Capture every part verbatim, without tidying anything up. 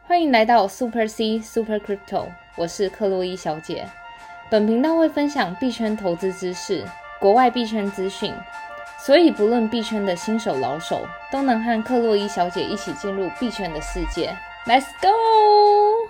欢迎来到 Super C Super Crypto， 我是克洛伊小姐。本频道会分享币圈投资知识、国外币圈资讯，所以不论币圈的新手老手，都能和克洛伊小姐一起进入币圈的世界。Let's go！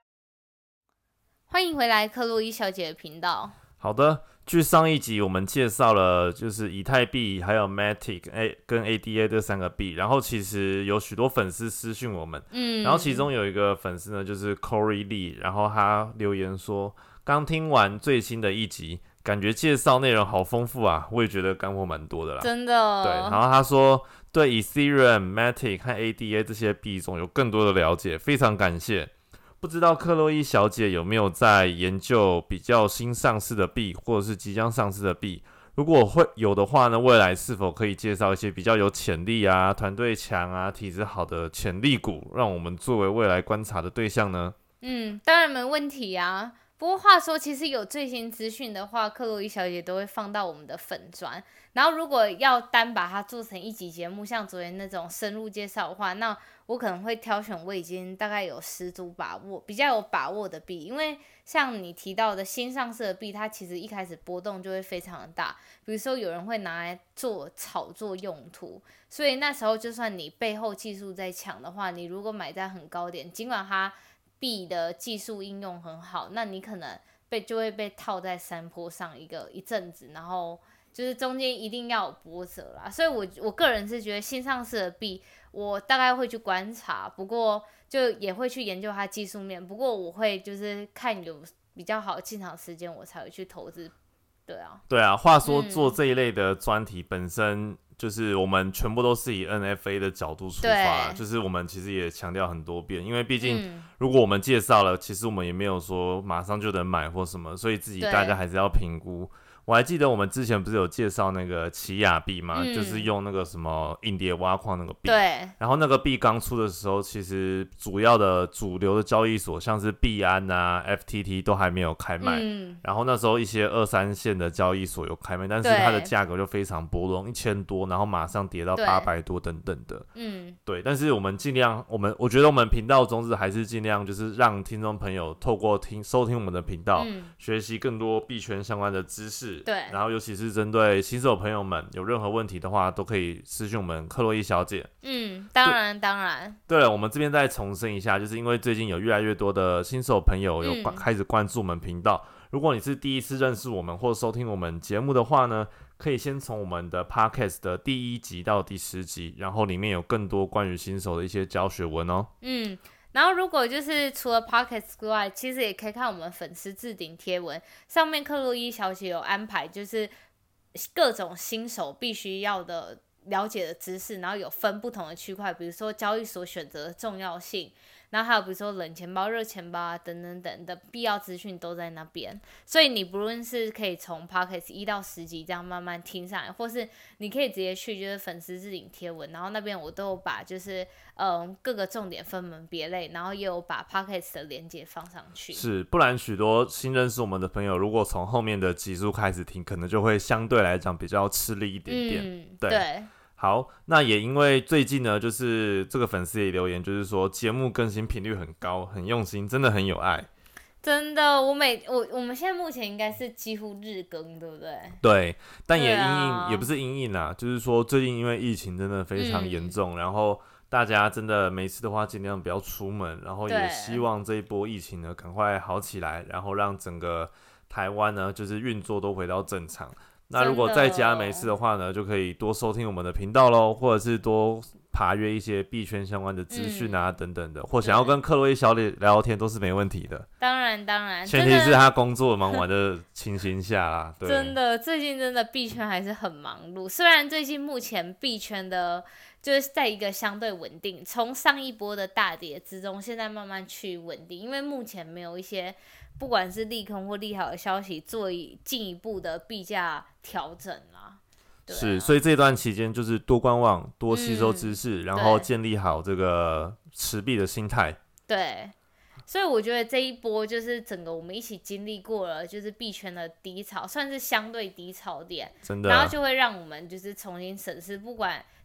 欢迎回来克洛伊小姐的频道。 好的，据上一集我们介绍了就是以太币还有 Matic A 跟 A D A 这三个币，然后其实有许多粉丝私讯我们，嗯，然后其中有一个粉丝呢就是 Corey Lee， 然后他留言说刚听完最新的一集，感觉介绍内容好丰富啊，我也觉得干货蛮多的啦， 真的。 对，然后他说对 Ethereum、Matic 和 A D A 这些币种有更多的了解，非常感谢。不知道克洛伊小姐有没有在研究比较新上市的币，或者是即将上市的币？如果会有的话呢，未来是否可以介绍一些比较有潜力啊、团队强啊、体质好的潜力股，让我们作为未来观察的对象呢？ 嗯，当然没问题啊。不过话说，其实有最新资讯的话，克洛伊小姐都会放到我们的粉专。然后如果要单把它做成一集节目，像昨天那种深入介绍的话，那我可能会挑选我已经大概有十足把握、比较有把握的币，因为像你提到的新上市的币，它其实一开始波动就会非常的大。比如说有人会拿来做炒作用途，所以那时候就算你背后技术再强的话，你如果买在很高点，尽管它币的技术应用很好，那你可能被就会被套在山坡上一个一阵子，然后就是中间一定要有波折啦。所以我我个人是觉得新上市的币，我大概会去观察，不过就也会去研究它技术面。不过我会就是看有比较好的进场时间，我才会去投资。对啊， 对啊。话说做这一类的专题本身。嗯就是我们全部都是以 N F A 的角度出发，就是我们其实也强调很多遍，因为毕竟如果我们介绍了，其实我们也没有说马上就能买或什么，所以自己大家还是要评估。我还记得我们之前不是有介绍那个奇亚币吗、嗯？就是用那个什么硬碟挖矿那个币。 对。 然后那个币刚出的时候，其实主要的主流的交易所，像是币安啊、F T T 都还没有开卖。嗯。然后那时候一些二三线的交易所有开卖，但是它的价格就非常波动，一千多，然后马上跌到八百多等等的。嗯。对，但是我们尽量，我们我觉得我们频道宗旨还是尽量就是让听众朋友透过听收听我们的频道、嗯，学习更多币圈相关的知识。 对， 然后尤其是针对新手朋友们有任何问题的话，都可以私讯我们克洛伊小姐。 嗯，当然当然。 对了，我们这边再重申一下，就是因为最近有越来越多的新手朋友有、嗯、开始关注我们频道。如果你是第一次认识我们或收听我们节目的话呢，可以先从我们的 Podcast 的第一集到第十集，然后里面有更多关于新手的一些教学文哦。 嗯。然后如果就是除了 Podcast 之外，其实也可以看我们粉丝置顶贴文，上面克洛伊小姐有安排就是各种新手必须要的了解的知识，然后有分不同的区块，比如说交易所选择的重要性，然后还有比如说冷钱包、热钱包啊等等等的必要资讯都在那边。所以你不论是可以从 Podcast 一到十集这样慢慢听上来，或是你可以直接去就是粉丝置顶贴文，然后那边我都有把就是嗯各个重点分门别类，然后也有把 Podcast 的连结放上去。 是，不然许多新认识我们的朋友，如果从后面的集数开始听，可能就会相对来讲比较吃力一点点。 嗯， 对。 对。 好，那也因为最近呢，就是这个粉丝也留言，就是说节目更新频率很高，很用心，真的很有爱。 真的，我每我我们现在目前应该是几乎日更，对不对？ 对，但也因应、啊、也不是因应啊，就是说最近因为疫情真的非常严重、嗯，然后大家真的没事的话尽量不要出门，然后也希望这一波疫情呢赶快好起来，然后让整个台湾呢就是运作都回到正常。那如果在家没事的话呢，就可以多收听我们的频道咯，或者是多爬阅一些币圈相关的资讯啊、嗯、等等的，或想要跟克洛伊小姐聊天都是没问题的。 当然当然， 前提是他工作忙完的情形下啦。对， 真的最近真的币圈还是很忙碌，虽然最近目前币圈的就是在一个相对稳定，从上一波的大跌之中现在慢慢去稳定，因为目前没有一些不管是利空或利好的消息做进一步的币价调整啦。啊、 是，所以这段期间就是多观望，多吸收知识、嗯，然后建立好这个持币的心态。 对，所以我觉得这一波就是整个我们一起经历过了，就是币圈的低潮，算是相对低潮点， 真的， 然后就会让我们就是重新审视，不管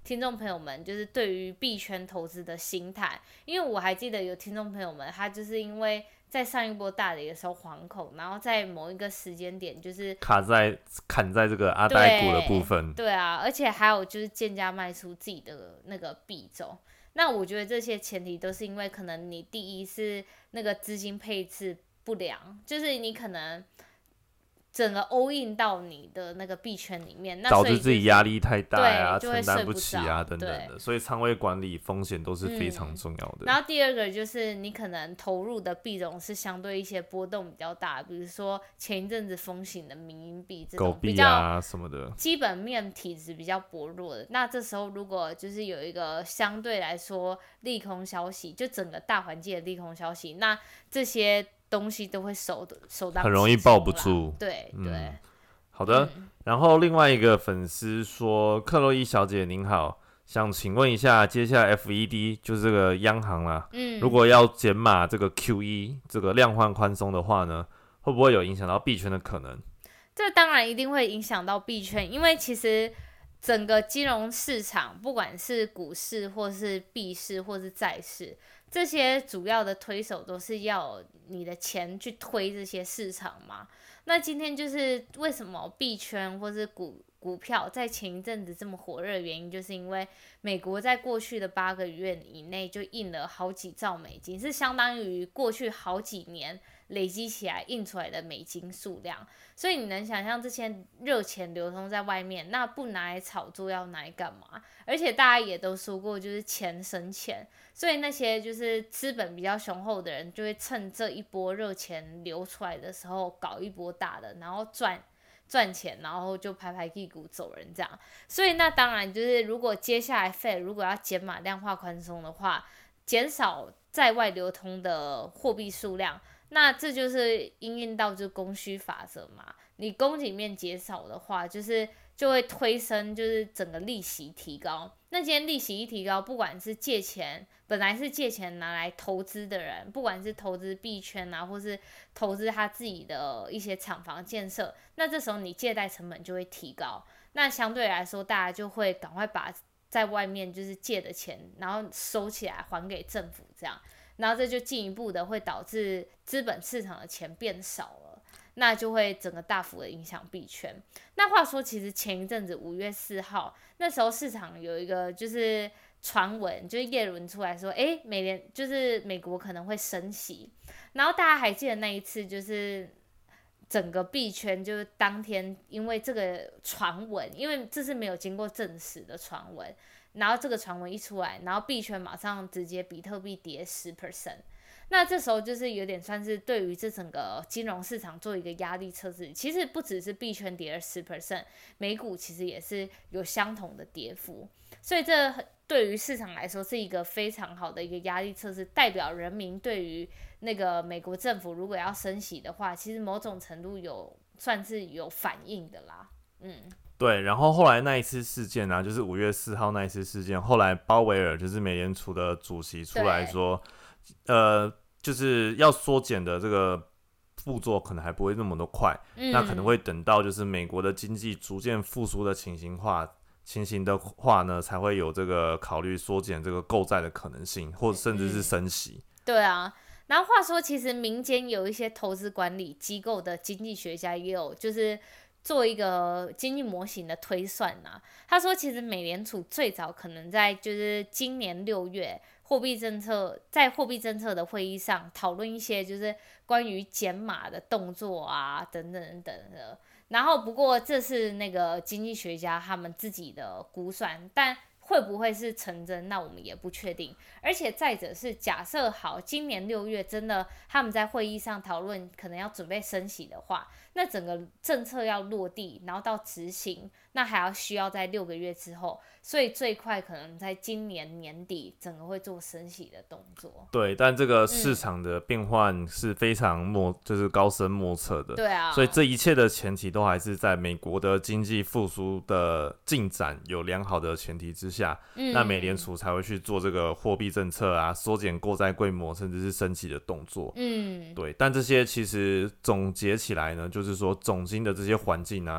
听众朋友们就是对于币圈投资的心态，因为我还记得有听众朋友们，他就是因为在上一波大跌的时候惶恐，然后在某一个时间点就是卡在砍在这个阿呆股的部分。 对啊，而且还有就是渐价卖出自己的那个币种。那我觉得这些前提都是因为可能你第一是那个资金配置不良，就是你可能整个 all in 到你的那个币圈里面，那导致自己压力太大啊， 承担不起啊等等的，所以仓位管理风险都是非常重要的、嗯。 然后第二个就是你可能投入的币种是相对一些波动比较大，比如说前一阵子风行的民营币这种比较什么的， 基本面体质比较薄弱的。那这时候如果就是有一个相对来说利空消息，就整个大环境的利空消息，那这些东西都会首首当很容易抱不住。 对对、嗯， 好的、嗯。然后另外一个粉丝说：“克洛伊小姐您好，想请问一下，接下来 F E D 就是这个央行啦，嗯，如果要减码这个 Q E 这个量化宽松的话呢，会不会有影响到币圈的可能？” 这当然一定会影响到币圈，因为其实整个金融市场，不管是股市或是币市或是债市，这些主要的推手都是要你的钱去推这些市场嘛。那今天就是为什么币圈或是股股票在前一阵子这么火热的原因，就是因为美国在过去的八个月以内就印了好几兆美金，是相当于过去好几年累积起来印出来的美金数量。所以你能想象这些热钱流通在外面，那不拿来炒作要拿来干嘛？而且大家也都说过，就是钱生钱，所以那些就是资本比较雄厚的人就会趁这一波热钱流出来的时候搞一波大的，然后赚赚钱，然后就拍拍屁股走人这样。所以那当然就是如果接下来 Fed 如果要减码量化宽松的话，减少在外流通的货币数量，那这就是因应到就供需法则嘛。你供给面减少的话，就是就会推升就是整个利息提高。那今天利息一提高，不管是借钱本来是借钱拿来投资的人，不管是投资币圈啊，或是投资他自己的一些厂房建设，那这时候你借贷成本就会提高。那相对来说，大家就会赶快把在外面就是借的钱，然后收起来还给政府这样。然后这就进一步的会导致资本市场的钱变少了，那就会整个大幅的影响币圈。那话说，其实前一阵子五月四号那时候市场有一个就是传闻，就是叶伦出来说，哎，美联就是美国可能会升息，然后大家还记得那一次就是整个币圈就是当天因为这个传闻，因为这是没有经过证实的传闻。然后这个传闻一出来，然后币圈马上直接比特币跌 百分之十， 那这时候就是有点算是对于这整个金融市场做一个压力测试。其实不只是币圈跌了 百分之十， 美股其实也是有相同的跌幅，所以这对于市场来说是一个非常好的一个压力测试，代表人民对于那个美国政府如果要升息的话，其实某种程度有算是有反应的啦。嗯， 对，然后后来那一次事件啊，就是五月四号那一次事件，后来鲍威尔就是美联储的主席出来说，呃，就是要缩减的这个步骤可能还不会那么的快、嗯，那可能会等到就是美国的经济逐渐复苏的情形化情形的话呢，才会有这个考虑缩减这个购债的可能性，或者甚至是升息。 嗯、对啊。然后话说，其实民间有一些投资管理机构的经济学家也有就是做一个经济模型的推算啊，他说其实美联储最早可能在就是今年六月货币政策在货币政策的会议上讨论一些就是关于减码的动作啊等等等等的，然后不过这是那个经济学家他们自己的估算，但会不会是成真，那我们也不确定。而且再者是假设好今年六月真的他们在会议上讨论可能要准备升息的话，那整个政策要落地然后到执行，那还要需要在六个月之后，所以最快可能在今年年底整个会做升息的动作。 对，但这个市场的变换是非常莫、嗯、就是高深莫测的。 对啊， 所以这一切的前提都还是在美国的经济复苏的进展有良好的前提之下，嗯、那美联储才会去做这个货币政策啊，缩减购债规模，甚至是升息的动作。嗯，对。但这些其实总结起来呢，就是说总经的这些环境啊，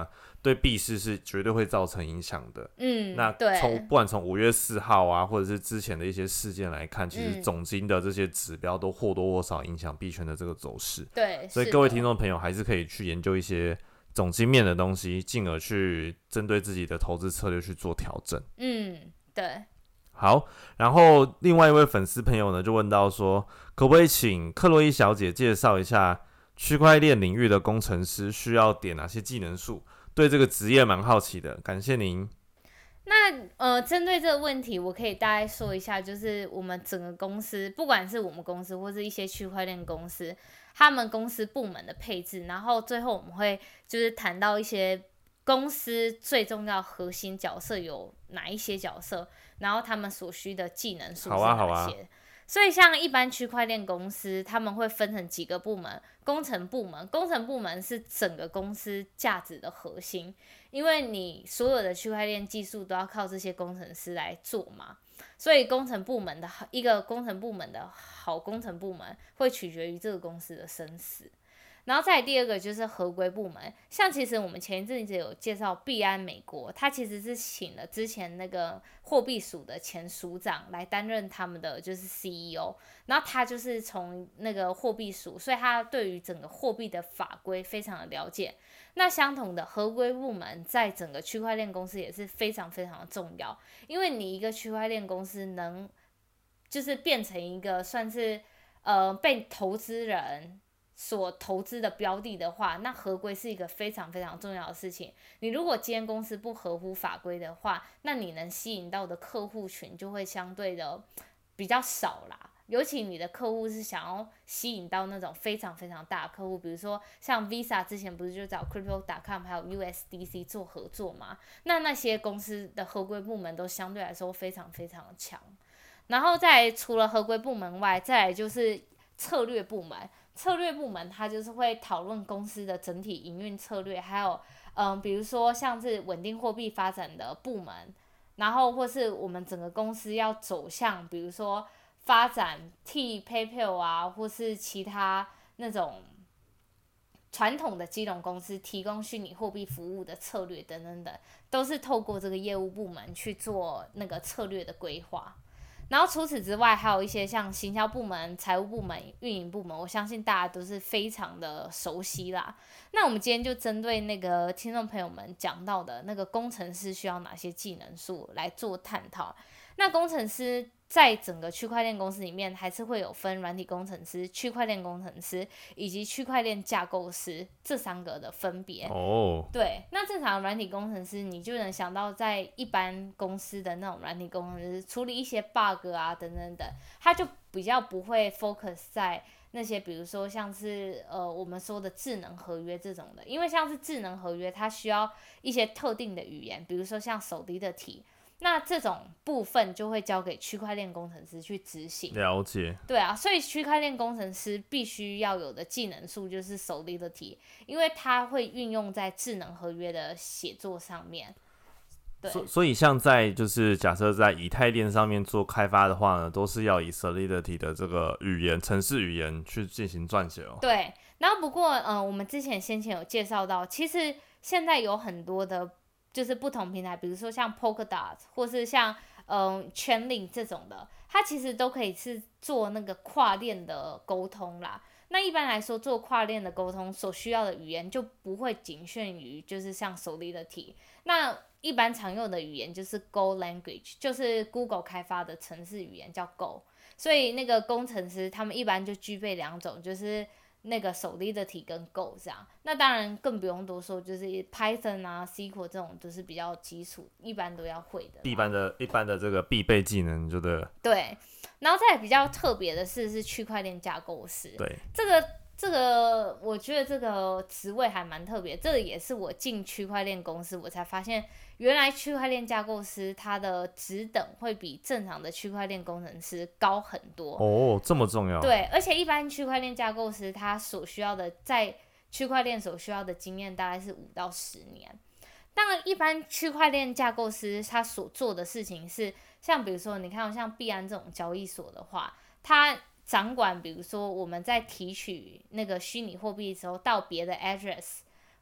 对币市是绝对会造成影响的。 嗯， 那对， 从不管从五月四号啊，或者是之前的一些事件来看，其实嗯总经的这些指标都或多或少影响币圈的这个走势。 对， 所以各位听众朋友还是可以去研究一些总经面的东西，进而去针对自己的投资策略去做调整。 嗯，对。 好，然后另外一位粉丝朋友呢就问到说，可不可以请克洛伊小姐介绍一下区块链领域的工程师需要点哪些技能树？对这个职业蛮好奇的，感谢您。 那呃，针对这个问题，我可以大概说一下，就是我们整个公司，不管是我们公司或是一些区块链公司，他们公司部门的配置，然后最后我们会就是谈到一些公司最重要核心角色有哪一些角色，然后他们所需的技能数是哪些。 好啊好啊。 所以像一般区块链公司，他们会分成几个部门，工程部门，工程部门是整个公司价值的核心，因为你所有的区块链技术都要靠这些工程师来做嘛，所以工程部门的一个工程部门的好工程部门会取决于这个公司的生死。然后再来第二个就是合规部门，像其实我们前一阵子有介绍币安美国，他其实是请了之前那个货币署的前署长来担任他们的就是 C E O， 然后他就是从那个货币署，所以他对于整个货币的法规非常的了解。那相同的合规部门在整个区块链公司也是非常非常的重要，因为你一个区块链公司能就是变成一个算是呃被投资人所投资的标的的话，那合规是一个非常非常重要的事情。你如果今天公司不合乎法规的话，那你能吸引到的客户群就会相对的比较少啦。尤其你的客户是想要吸引到那种非常非常大的客户，比如说像 Visa 之前不是就找 Crypto dot com 还有 U S D C 做合作嘛？那那些公司的合规部门都相对来说非常非常的强。然后再来除了合规部门外，再来就是策略部门。策略部门它就是会讨论公司的整体营运策略，还有嗯，比如说像是稳定货币发展的部门，然后或是我们整个公司要走向，比如说发展替 PayPal 啊，或是其他那种传统的金融公司提供虚拟货币服务的策略等等等，都是透过这个业务部门去做那个策略的规划。然后除此之外，还有一些像行销部门、财务部门、运营部门，我相信大家都是非常的熟悉啦。那我们今天就针对那个听众朋友们讲到的那个工程师需要哪些技能树来做探讨。那工程师在整个区块链公司里面，还是会有分软体工程师、区块链工程师以及区块链架构师这三个的分别。 哦， 对，那正常的软体工程师，你就能想到在一般公司的那种软体工程师处理一些 bug 啊等等等，他就比较不会 focus 在那些比如说像是呃我们说的智能合约这种的，因为像是智能合约，它需要一些特定的语言，比如说像Solidity。那这种部分就会交给区块链工程师去执行。 了解。 对啊，所以区块链工程师必须要有的技能树就是 Solidity， 因为它会运用在智能合约的写作上面。对， 所所以像在就是假设在以太链上面做开发的话呢，都是要以 Solidity 的这个语言、程式语言去进行撰写哦。 对，然后不过嗯、呃，我们之前先前有介绍到，其实现在有很多的。就是不同平台，比如说像 Polkadot 或是像嗯 Chainlink 这种的，它其实都可以是做那个跨链的沟通啦。那一般来说，做跨链的沟通所需要的语言就不会仅限于就是像 Solidity。那一般常用的语言就是 Go language， 就是 Google 开发的程式语言叫 Go。所以那个工程师他们一般就具备两种，就是那个Solidity跟 Go 这样，那当然更不用多说，就是 Python 啊 S Q L 这种都是比较基础，一般都要会的。 一般的一般的这个必备技能就对了。 对，然后再来比较特别的是是区块链架构师。 对， 这个这个我觉得这个职位还蛮特别，这个也是我进区块链公司我才发现，原来区块链架构师他的职等会比正常的区块链工程师高很多。 哦，这么重要。 对，而且一般区块链架构师他所需要的在区块链所需要的经验大概是五到十年。当然，一般区块链架构师他所做的事情是，像比如说，你看像币安这种交易所的话，他掌管比如说我们在提取那个虚拟货币的时候，到别的 address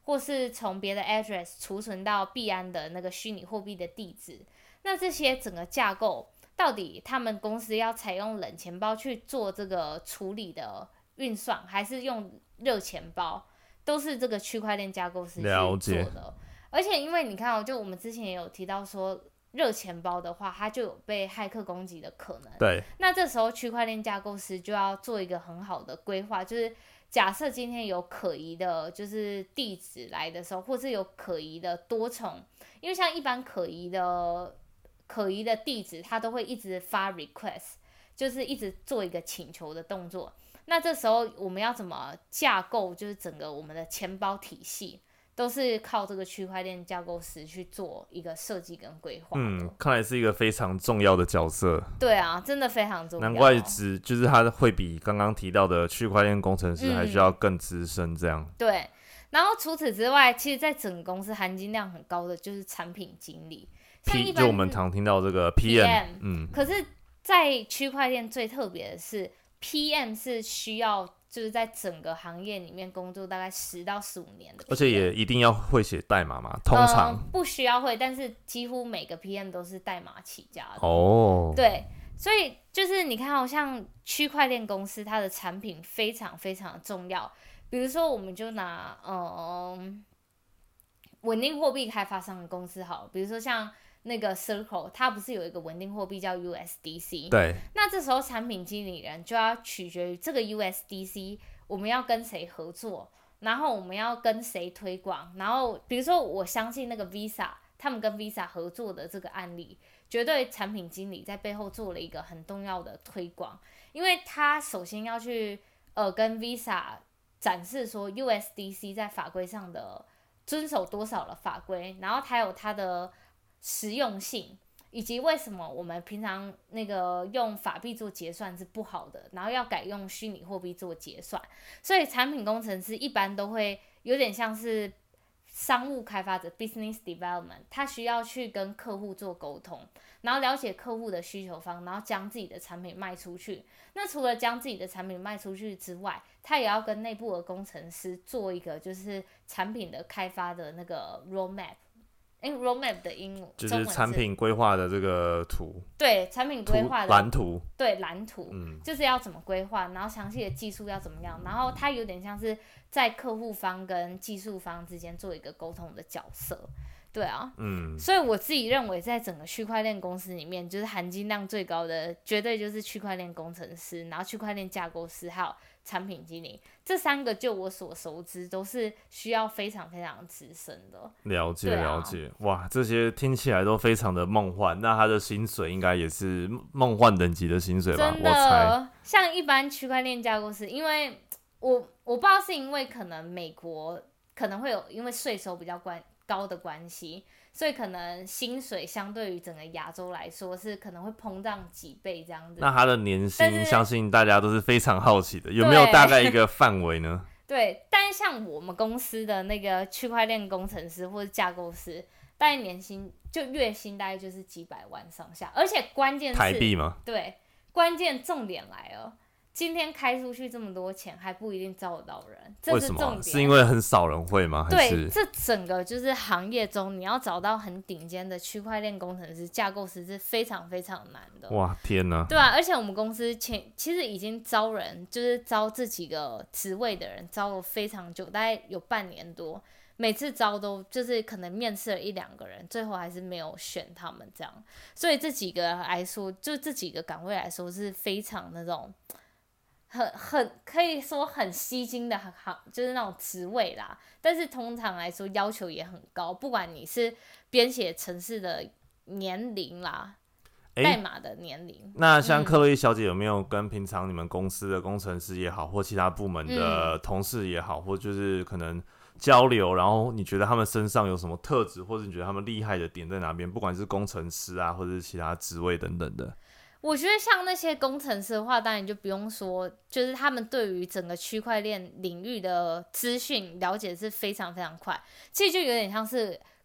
或是从别的 address 储存到币安的那个虚拟货币的地址。那这些整个架构，到底他们公司要采用冷钱包去做这个处理的运算，还是用热钱包，都是这个区块链架构师去做的。而且因为你看哦，就我们之前也有提到说，热钱包的话，它就有被骇客攻击的可能。 对。 那这时候区块链架构师就要做一个很好的规划，就是假设今天有可疑的，就是地址来的时候，或是有可疑的多重，因为像一般可疑的可疑的地址，它都会一直发 request， 就是一直做一个请求的动作。那这时候我们要怎么架构，就是整个我们的钱包体系，都是靠这个区块链架构师去做一个设计跟规划。 嗯，看来是一个非常重要的角色。 对啊，真的非常重要。 难怪只就是他会比刚刚提到的区块链工程师还需要更资深这样、 嗯。对，然后除此之外，其实在整个公司含金量很高的就是产品经理。 P 就我们常听到这个 P M，, P M 嗯，可是，在区块链最特别的是 ，P M 是需要就是在整个行业里面工作大概十到十五年的 P M， 而且也一定要会写代码嘛，通常、 呃、不需要会，但是几乎每个 P M 都是代码起家的哦。 对，所以就是你看好、哦、像区块链公司，它的产品非常非常的重要。比如说，我们就拿嗯稳定货币开发商的公司好，比如说像那个 Circle， 它不是有一个稳定货币叫 U S D C？ 对。 那这时候产品经理人就要取决于这个 U S D C 我们要跟谁合作，然后我们要跟谁推广。然后比如说，我相信那个 Visa， 他们跟 Visa 合作的这个案例，绝对产品经理在背后做了一个很重要的推广，因为他首先要去呃跟 Visa 展示说 U S D C 在法规上的遵守多少的法规，然后它有它的实用性，以及为什么我们平常那个用法币做结算是不好的，然后要改用虚拟货币做结算。所以产品工程师一般都会有点像是商务开发者 business development， 他需要去跟客户做沟通，然后了解客户的需求方，然后将自己的产品卖出去。那除了将自己的产品卖出去之外，他也要跟内部的工程师做一个就是产品的开发的那个 roadmap。因为 roadmap 的英文就是产品规划的这个图， 对，产品规划的蓝图， 对，蓝图、 嗯， 就是要怎么规划，然后详细的技术要怎么样，然后它有点像是在客户方跟技术方之间做一个沟通的角色。对啊，嗯，所以我自己认为，在整个区块链公司里面，就是含金量最高的，绝对就是区块链工程师，然后区块链架构师，还有产品经理，这三个就我所熟知，都是需要非常非常资深的。 了解、啊、了解，哇，这些听起来都非常的梦幻。那他的薪水应该也是梦幻等级的薪水吧？ 真的， 我猜。 像一般区块链架构师，因为我我不知道是因为可能美国可能会有因为税收比较关。高的关系，所以可能薪水相对于整个亚洲来说是可能会膨胀几倍这样子。 那他的年薪，相信大家都是非常好奇的，有没有大概一个范围呢？ 对，但是像我们公司的那个区块链工程师或者架构师，大概年薪就月薪大概就是几百万上下，而且关键是台币吗？ 对，关键重点来了。今天开出去这么多钱，还不一定招得到人，这是重点。为什么？ 是因为很少人会吗？还是对，这整个就是行业中，你要找到很顶尖的区块链工程师、架构师是非常非常难的。 哇，天哪！ 对啊，而且我们公司前其实已经招人，就是招这几个职位的人，招了非常久，大概有半年多。每次招都就是可能面试了一两个人，最后还是没有选他们这样。所以这几个来说，就这几个岗位来说是非常那种。很很可以说很吸睛的行，就是那种职位啦。但是通常来说要求也很高，不管你是编写程式的年龄啦，欸、代码的年龄。 那像克洛伊小姐有没有跟平常你们公司的工程师也好，或其他部门的同事也好，嗯、或就是可能交流，然后你觉得他们身上有什么特质，或者你觉得他们厉害的点在哪边？不管是工程师啊，或者是其他职位等等的。 我觉得像那些工程师的话，当然就不用说，就是他们对于整个区块链领域的资讯了解是非常非常快。其实就有点像是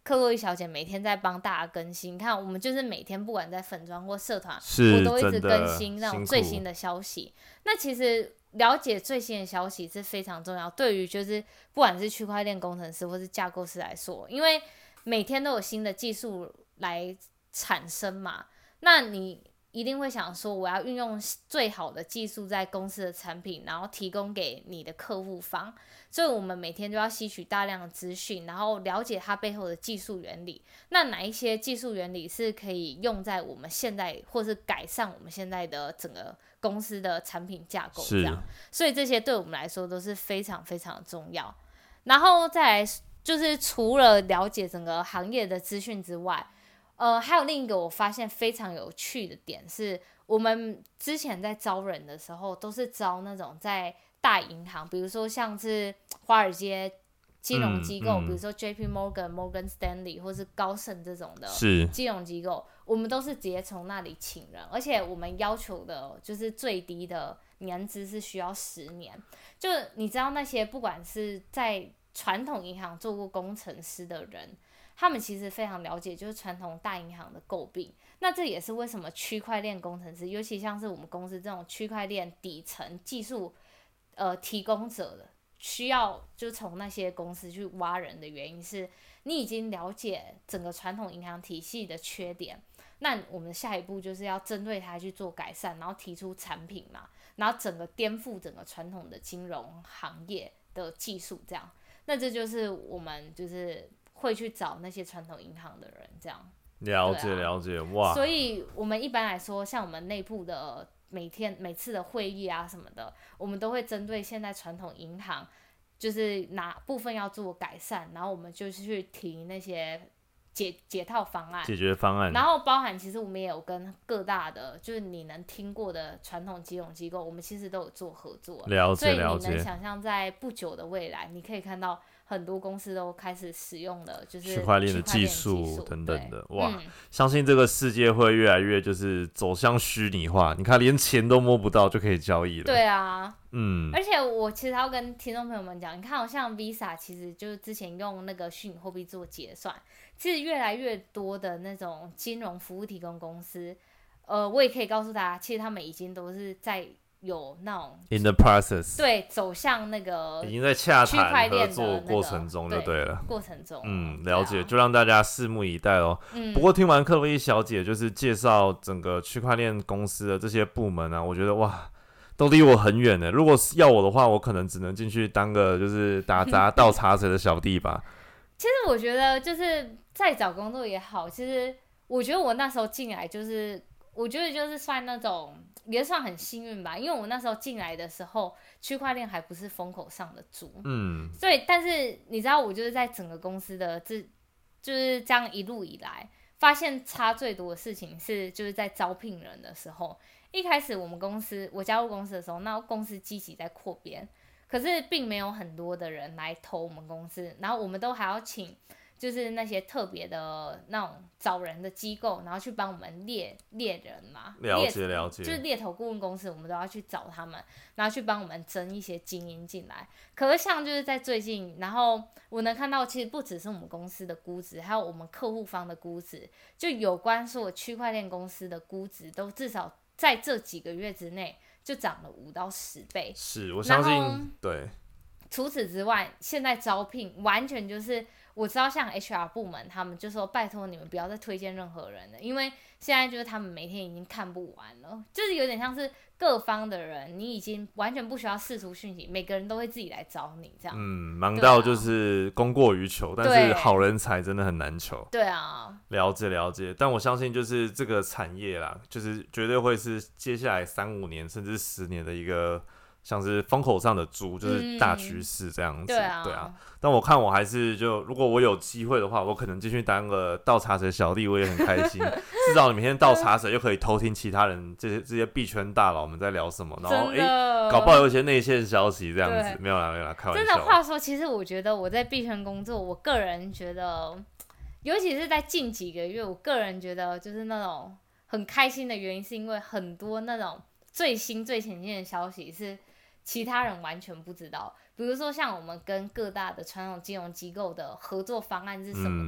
克洛伊小姐每天在帮大家更新，你看我们就是每天不管在粉专或社团，我都一直更新那种最新的消息。那其实了解最新的消息是非常重要，对于就是不管是区块链工程师或是架构师来说，因为每天都有新的技术来产生嘛，那你一定会想说，我要运用最好的技术在公司的产品，然后提供给你的客户方。所以我们每天都要吸取大量的资讯，然后了解它背后的技术原理。那哪一些技术原理是可以用在我们现在，或是改善我们现在的整个公司的产品架构这样？所以这些对我们来说都是非常非常重要。然后再来就是除了了解整个行业的资讯之外，呃，还有另一个我发现非常有趣的点是，我们之前在招人的时候，都是招那种在大银行，比如说像是华尔街金融机构， 嗯嗯、 比如说 J P Morgan、Morgan Stanley 或是高盛这种的金融机构，我们都是直接从那里请人，而且我们要求的就是最低的年资是需要十年。就你知道那些不管是在传统银行做过工程师的人，他们其实非常了解就是传统大银行的诟病，那这也是为什么区块链工程师，尤其像是我们公司这种区块链底层技术呃提供者的，需要就从那些公司去挖人的原因是，你已经了解整个传统银行体系的缺点，那我们下一步就是要针对它去做改善，然后提出产品嘛，然后整个颠覆整个传统的金融行业的技术这样，那这就是我们就是会去找那些传统银行的人这样。 了解、啊、了解，哇！ 所以我们一般来说，像我们内部的每天每次的会议啊什么的，我们都会针对现在传统银行就是哪部分要做改善，然后我们就去提那些解解套方案、 解决方案， 然后包含其实我们也有跟各大的就是你能听过的传统金融机构，我们其实都有做合作。 了解了解。 所以你能想象在不久的未来，你可以看到很多公司都开始使用的就是区块链的技术等等的，哇、 嗯！ 相信这个世界会越来越就是走向虚拟化。你看，连钱都摸不到就可以交易了。 对啊， 嗯。 而且我其实要跟听众朋友们讲，你看，好像 Visa 其实就是之前用那个虚拟货币做结算，其实越来越多的那种金融服务提供公司，呃，我也可以告诉大家，其实他们已经都是在有那种 in the process， 对，走向那个已经在洽谈合作那个过程中就对了。 过程中， 嗯，了解， 啊、 就让大家拭目以待咯。 嗯， 不过听完克洛伊小姐就是介绍整个区块链公司的这些部门啊，我觉得哇，都离我很远呢。如果要我的话，我可能只能进去当个就是打杂倒茶水的小弟吧。 其实我觉得就是在找工作也好，其实我觉得我那时候进来就是。我觉得就是算那种也算很幸运吧，因为我那时候进来的时候，区块链还不是风口上的猪， 嗯， 所以但是你知道，我就是在整个公司的这就是这样一路以来，发现差最多的事情是就是在招聘人的时候，一开始我们公司我加入公司的时候，那公司积极在扩编，可是并没有很多的人来投我们公司，然后我们都还要请。就是那些特别的那种找人的机构，然后去帮我们列列人嘛， 了解了解， 就是猎头顾问公司，我们都要去找他们，然后去帮我们争一些精英进来。可是像就是在最近，然后我能看到，其实不只是我们公司的估值，还有我们客户方的估值，就有关所有区块链公司的估值，都至少在这几个月之内就涨了五到十倍。 是，我相信，对。 除此之外，现在招聘完全就是。我知道像 H R 部门，他们就说拜托你们不要再推荐任何人了，因为现在就是他们每天已经看不完了，就是有点像是各方的人，你已经完全不需要释出讯息，每个人都会自己来找你这样。嗯， 忙到就是供过于求，但是好人才真的很难求。 对啊， 了解了解，但我相信就是这个产业啦，就是绝对会是接下来三五年甚至十年的一个。像是风口上的猪，就是大趋势这样子、嗯对啊，对啊。但我看我还是就，如果我有机会的话，我可能继续当个倒茶水小弟，我也很开心。至少你每天倒茶水，又可以偷听其他人这些这些币圈大佬们在聊什么，然后哎、欸，搞不好有一些内线消息这样子。没有啦，没有啦，开玩笑。 真的话说，其实我觉得我在币圈工作，我个人觉得，尤其是在近几个月，我个人觉得就是那种很开心的原因，是因为很多那种最新最前线的消息是。其他人完全不知道，比如说像我们跟各大的传统金融机构的合作方案是什么的，嗯、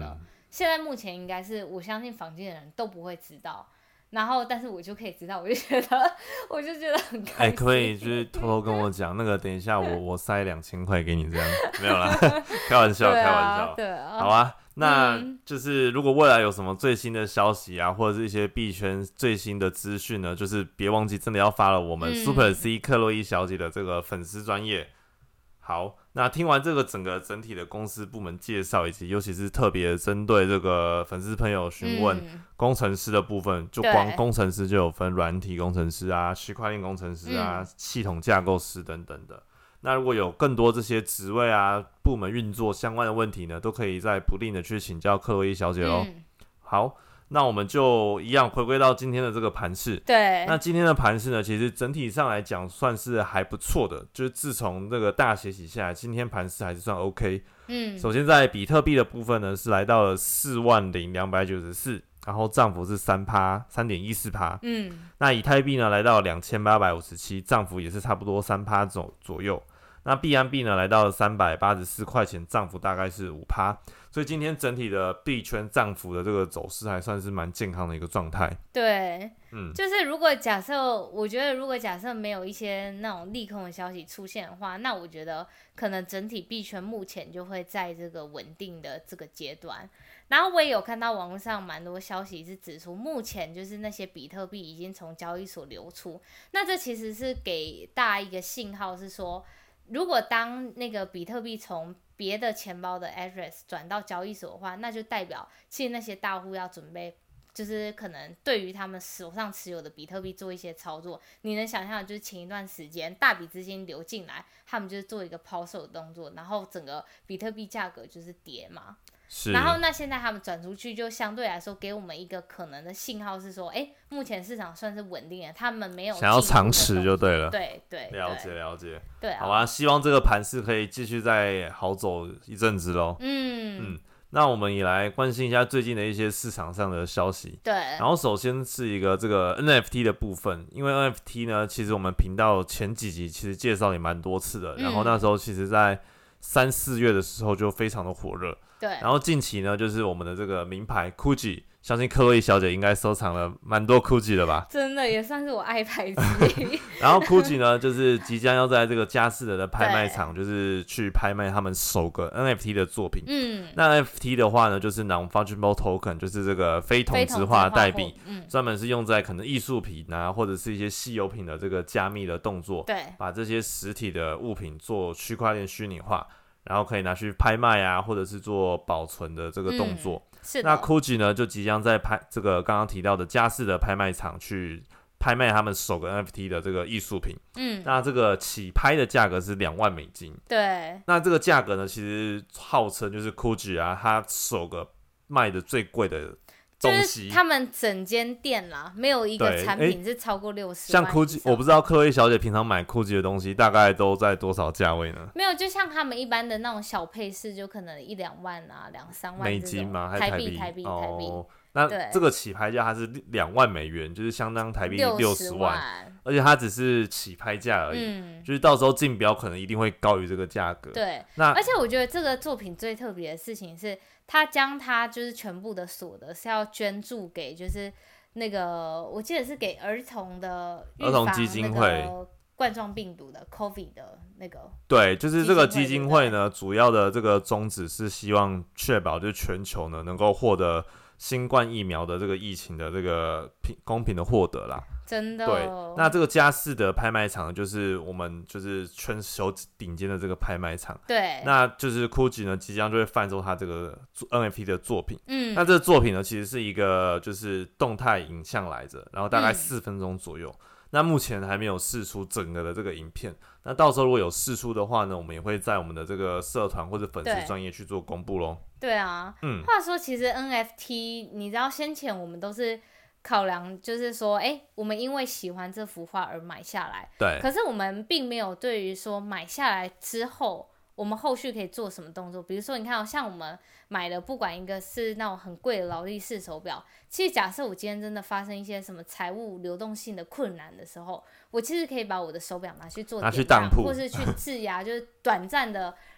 现在目前应该是我相信坊间的人都不会知道。然后，但是我就可以知道，我就觉得，我就觉得很开心。哎、 欸，可以就是偷偷跟我讲，那个等一下我我塞两千块给你，这样没有啦，开玩笑， 啊、 开玩笑。 对啊， 好啊，那就是如果未来有什么最新的消息啊，或者是一些币圈最新的资讯呢，就是别忘记真的要发了我们 Super C 克洛伊小姐的这个粉丝专页。好，那听完这个整个整体的公司部门介绍，以及尤其是特别针对这个粉丝朋友询问工程师的部分，嗯、就光工程师就有分软体工程师啊、区块链工程师啊、嗯、系统架构师等等的。那如果有更多这些职位啊、部门运作相关的问题呢，都可以再不定的去请教克洛伊小姐咯。嗯、好。那我们就一样回归到今天的这个盘势。 对。 那今天的盘势呢，其实整体上来讲算是还不错的，就是自从这个大血洗下来，今天盘势还是算 OK。嗯。首先在比特币的部分呢，是来到了四万零两百九十四，然后涨幅是三趴，三点一四趴。嗯。那以太币呢，来到了两千八百五十七，涨幅也是差不多三趴左左右。那币安币呢，来到了三百八十四块钱，涨幅大概是五趴。所以今天整体的币圈涨幅的这个走势还算是蛮健康的一个状态。 对，嗯，就是如果假设，我觉得如果假设没有一些那种利空的消息出现的话，那我觉得可能整体币圈目前就会在这个稳定的这个阶段。然后我也有看到网络上蛮多消息是指出，目前就是那些比特币已经从交易所流出，那这其实是给大家一个信号，是说，如果当那个比特币从别的钱包的 address 转到交易所的话，那就代表其实那些大户要准备，就是可能对于他们手上持有的比特币做一些操作。你能想象，就是前一段时间大笔资金流进来，他们就是做一个抛售的动作，然后整个比特币价格就是跌嘛。 是。 然后那现在他们转出去，就相对来说给我们一个可能的信号是说，哎，目前市场算是稳定的，他们没有想要长持就对了。 对对， 了解了解。 对、啊， 好吧，希望这个盘势可以继续再好走一阵子咯。嗯嗯，那我们也来关心一下最近的一些市场上的消息。 对。 然后首先是一个这个 N F T 的部分，因为 N F T 呢，其实我们频道前几集其实介绍也蛮多次的，然后那时候其实在三四月的时候就非常的火热。 对， 然后近期呢，就是我们的这个名牌 Gucci， 相信克洛伊小姐应该收藏了蛮多 Gucci 的吧？ 真的也算是我爱牌子。 然后 Gucci 呢，就是即将要在这个佳士得的拍卖场，就是去拍卖他们首个 N F T 的作品。嗯，那 N F T 的话呢，就是 Non-Fungible Token， 就是这个非同质化的代币，专、嗯、门是用在可能艺术品啊，或者是一些稀有品的这个加密的动作， 对， 把这些实体的物品做区块链虚拟化。然后可以拿去拍卖啊，或者是做保存的这个动作。 嗯、是的。 那 Gucci 呢，就即将在拍这个刚刚提到的佳士得拍卖场去拍卖他们首个 N F T 的这个艺术品。嗯。那这个起拍的价格是两万美金。 对。 那这个价格呢，其实号称就是 Gucci 啊，它首个卖的最贵的。 就是他们整间店啦，没有一个产品是超过六十万。 像 Gucci， 我不知道克洛伊小姐平常买 Gucci 的东西大概都在多少价位呢？ 没有，就像他们一般的那种小配饰，就可能一两万啊，两三万美金吗？还是台币？ 台币，台币。 哦，那这个起拍价它是两万美元，就是相当台币六十万，而且它只是起拍价而已，嗯、就是到时候竞标可能一定会高于这个价格。 对， 那而且我觉得这个作品最特别的事情是，他将他就是全部的所得是要捐助给就是那个我记得是给儿童的儿童基金会。 冠状病毒的 COVID 的那个， 对，就是这个基金会呢，主要的这个宗旨是希望确保就是全球呢能够获得新冠疫苗的这个疫情的这个平公平的获得啦。 真的。 对，那这个佳士得拍卖场就是我们就是全球顶尖的这个拍卖场。 对， 那就是 Gucci 呢即将就会贩售他这个 N F T 的作品。嗯，那这个作品呢其实是一个就是动态影像来着，然后大概四分钟左右。嗯，那目前还没有释出整个的这个影片，那到时候如果有释出的话呢，我们也会在我们的这个社团或者粉丝专页去做公布咯。 对啊，嗯，话说其实 N F T， 你知道先前我们都是考量，就是说，哎、欸，我们因为喜欢这幅画而买下来， 对， 可是我们并没有对于说买下来之后，我们后续可以做什么动作？比如说，你看、喔，像我们买的，不管一个是那种很贵的劳力士手表，其实假设我今天真的发生一些什么财务流动性的困难的时候，我其实可以把我的手表拿去做典当，或是去质押，就是短暂的。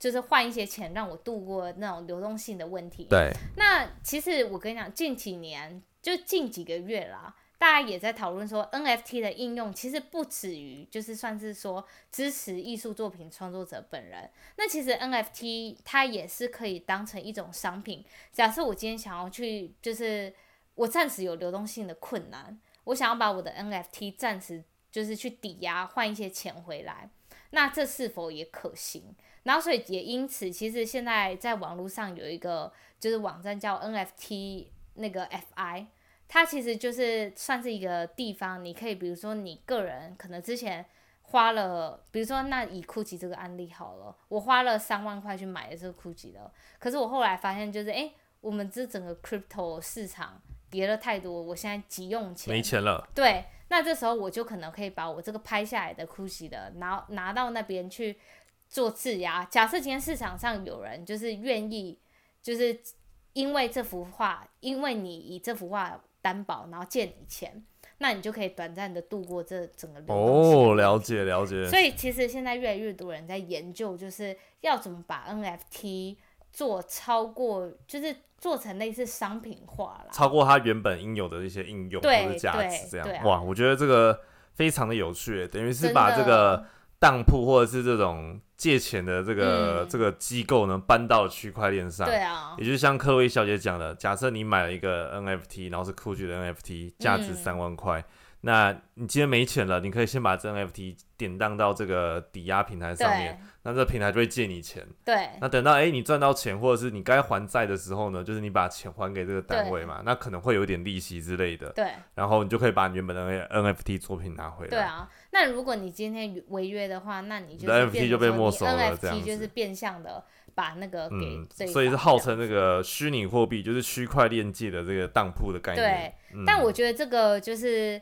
就是换一些钱让我度过那种流动性的问题。 对， 那其实我跟你讲，近几年就近几个月啦，大家也在讨论说 N F T 的应用其实不止于就是算是说支持艺术作品创作者本人，那其实 N F T 它也是可以当成一种商品。假设我今天想要去，就是我暂时有流动性的困难，我想要把我的 N F T 暂时就是去抵押换一些钱回来，那这是否也可行？然后所以也因此，其实现在在网络上有一个就是网站叫 N F T 那个 F I， 它其实就是算是一个地方，你可以比如说你个人可能之前花了，比如说那以 Gucci 这个案例好了，我花了三万块去买了这个 Gucci 的，可是我后来发现就是哎、欸，我们这整个 crypto 市场跌了太多，我现在急用钱， 没钱了， 对，那这时候我就可能可以把我这个拍下来的 Gucci 的拿拿到那边去做质押。假设今天市场上有人就是愿意，就是因为这幅画，因为你以这幅画担保，然后借你钱，那你就可以短暂的度过这整个流动性。 哦，了解了解。 所以其实现在越来越多人在研究，就是要怎么把 N F T 做超过，就是做成类似商品化啦， 超过它原本应有的一些应用或者价值，这样、 啊、 哇，我觉得这个非常的有趣，等于是把这个当铺或者是这种借钱的这个、嗯、这个机构呢搬到区块链上。 对啊， 也就是像克洛伊小姐讲的，假设你买了一个 N F T， 然后是 Gucci 的 N F T， 价值三万块。嗯，那你今天没钱了，你可以先把这 N F T 典当到这个抵押平台上面，那这个平台就会借你钱。 对。 那等到哎、欸、你赚到钱，或者是你该还债的时候呢，就是你把钱还给这个单位嘛，那可能会有点利息之类的。 对。然后你就可以把你原本的 N F T 作品拿回来。 对啊，那如果你今天违约的话，那你就是 N F T 就被没收了， N F T 就是变相的把那个给对、 嗯，所以是号称那个虚拟货币，就是区块链界的这个当铺的概念。 对、嗯，但我觉得这个就是。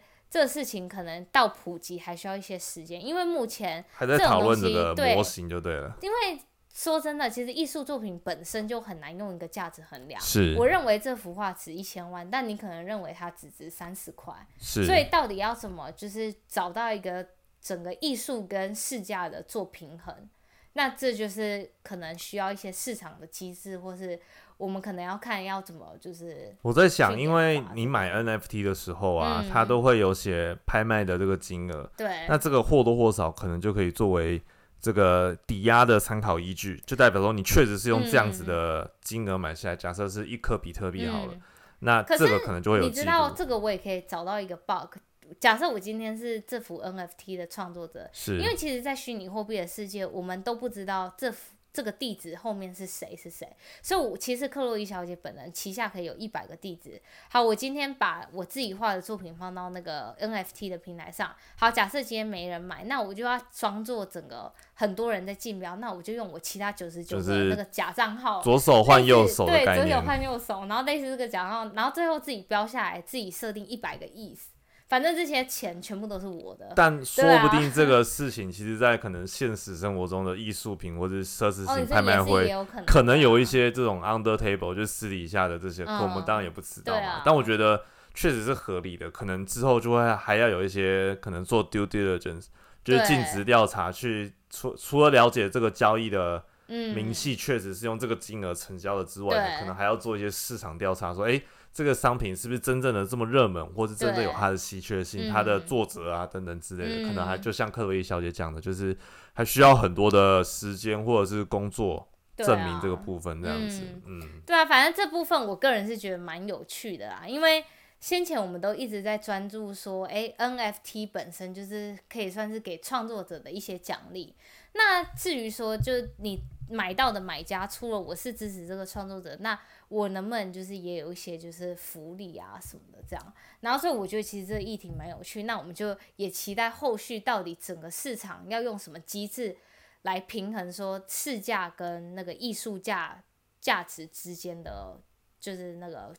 这个事情可能到普及还需要一些时间，因为目前还在讨论这个模型就对了。 因为说真的，其实艺术作品本身就很难用一个价值衡量。 是， 我认为这幅画值一千万，但你可能认为它只值三十块。 是， 所以到底要怎么就是找到一个整个艺术跟市价的做平衡？那这就是可能需要一些市场的机制，或是我们可能要看要怎么就是我在想，因为你买 N F T 的时候啊，嗯、它都会有写拍卖的这个金额， 对， 那这个或多或少可能就可以作为这个抵押的参考依据，就代表说你确实是用这样子的金额买下来，嗯、假设是一颗比特币好了，嗯、那这个可能就会有记录。 你知道这个我也可以找到一个 bug。假设我今天是这幅 N F T 的创作者， 是因为其实在虚拟货币的世界，我们都不知道这这个地址后面是谁是谁，所以我其实克洛伊小姐本人旗下可以有一百个地址。好，我今天把我自己画的作品放到那个 N F T 的平台上，好，假设今天没人买，那我就要装作整个很多人在竞标，那我就用我其他九十九个那个假账号， 左手换右手的概念， 对，左手换右手，然后类似这个假账号，然后最后自己标下来，自己设定一百个意思。反正这些钱全部都是我的， 但说不定这个事情其实在可能现实生活中的艺术品或者奢侈性拍卖会、 哦、可, 能可能有一些这种 under table 就是私底下的这些、嗯、我们当然也不知道嘛、啊、但我觉得确实是合理的，可能之后就会还要有一些可能做 due diligence 就是尽职调查，去除除了了解这个交易的明细确实是用这个金额成交的之外，可能还要做一些市场调查，说哎、欸这个商品是不是真正的这么热门，或是真正有它的稀缺性，它的作者啊等等之类的、嗯、可能还就像克洛伊小姐讲的，就是还需要很多的时间或者是工作证明这个部分这样子。嗯, 嗯对啊，反正这部分我个人是觉得蛮有趣的啦，因为先前我们都一直在专注说哎 N F T 本身就是可以算是给创作者的一些奖励，那至于说就你买到的买家，除了我是支持这个创作者，那我能不能就是也有一些就是福利啊什么的这样，然后所以我觉得其实这个议题蛮有趣，那我们就也期待后续到底整个市场要用什么机制来平衡说市价跟那个艺术价价值之间的就是那个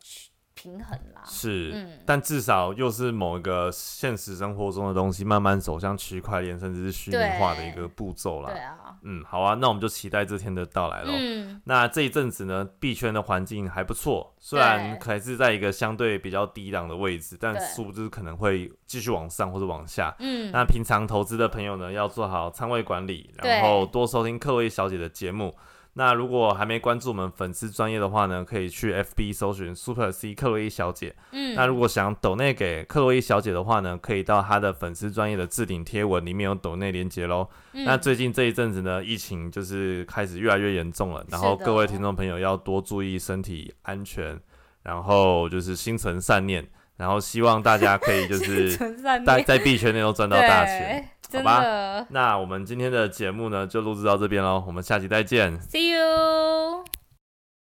平衡啦。 是、 嗯， 但至少又是某一个现实生活中的东西慢慢走向区块链甚至是虚拟化的一个步骤啦。 对啊， 嗯，好啊，那我们就期待这天的到来咯。嗯，那这一阵子呢，币圈的环境还不错，虽然还是在一个相对比较低档的位置，但殊不知可能会继续往上或者往下。嗯，那平常投资的朋友呢，要做好仓位管理，然后多收听克洛伊小姐的节目。那如果还没关注我们粉丝专页的话呢，可以去 F B 搜寻 Super C 克洛伊小姐。嗯，那如果想抖内给克洛伊小姐的话呢，可以到她的粉丝专页的置顶贴文里面有抖内连结咯。嗯，那最近这一阵子呢，疫情就是开始越来越严重了，然后各位听众朋友要多注意身体安全，然后就是心存善念，然后希望大家可以就是在在币圈内都赚到大钱。好吧，那我们今天的节目呢就录制到这边咯，我们下期再见 ，See you。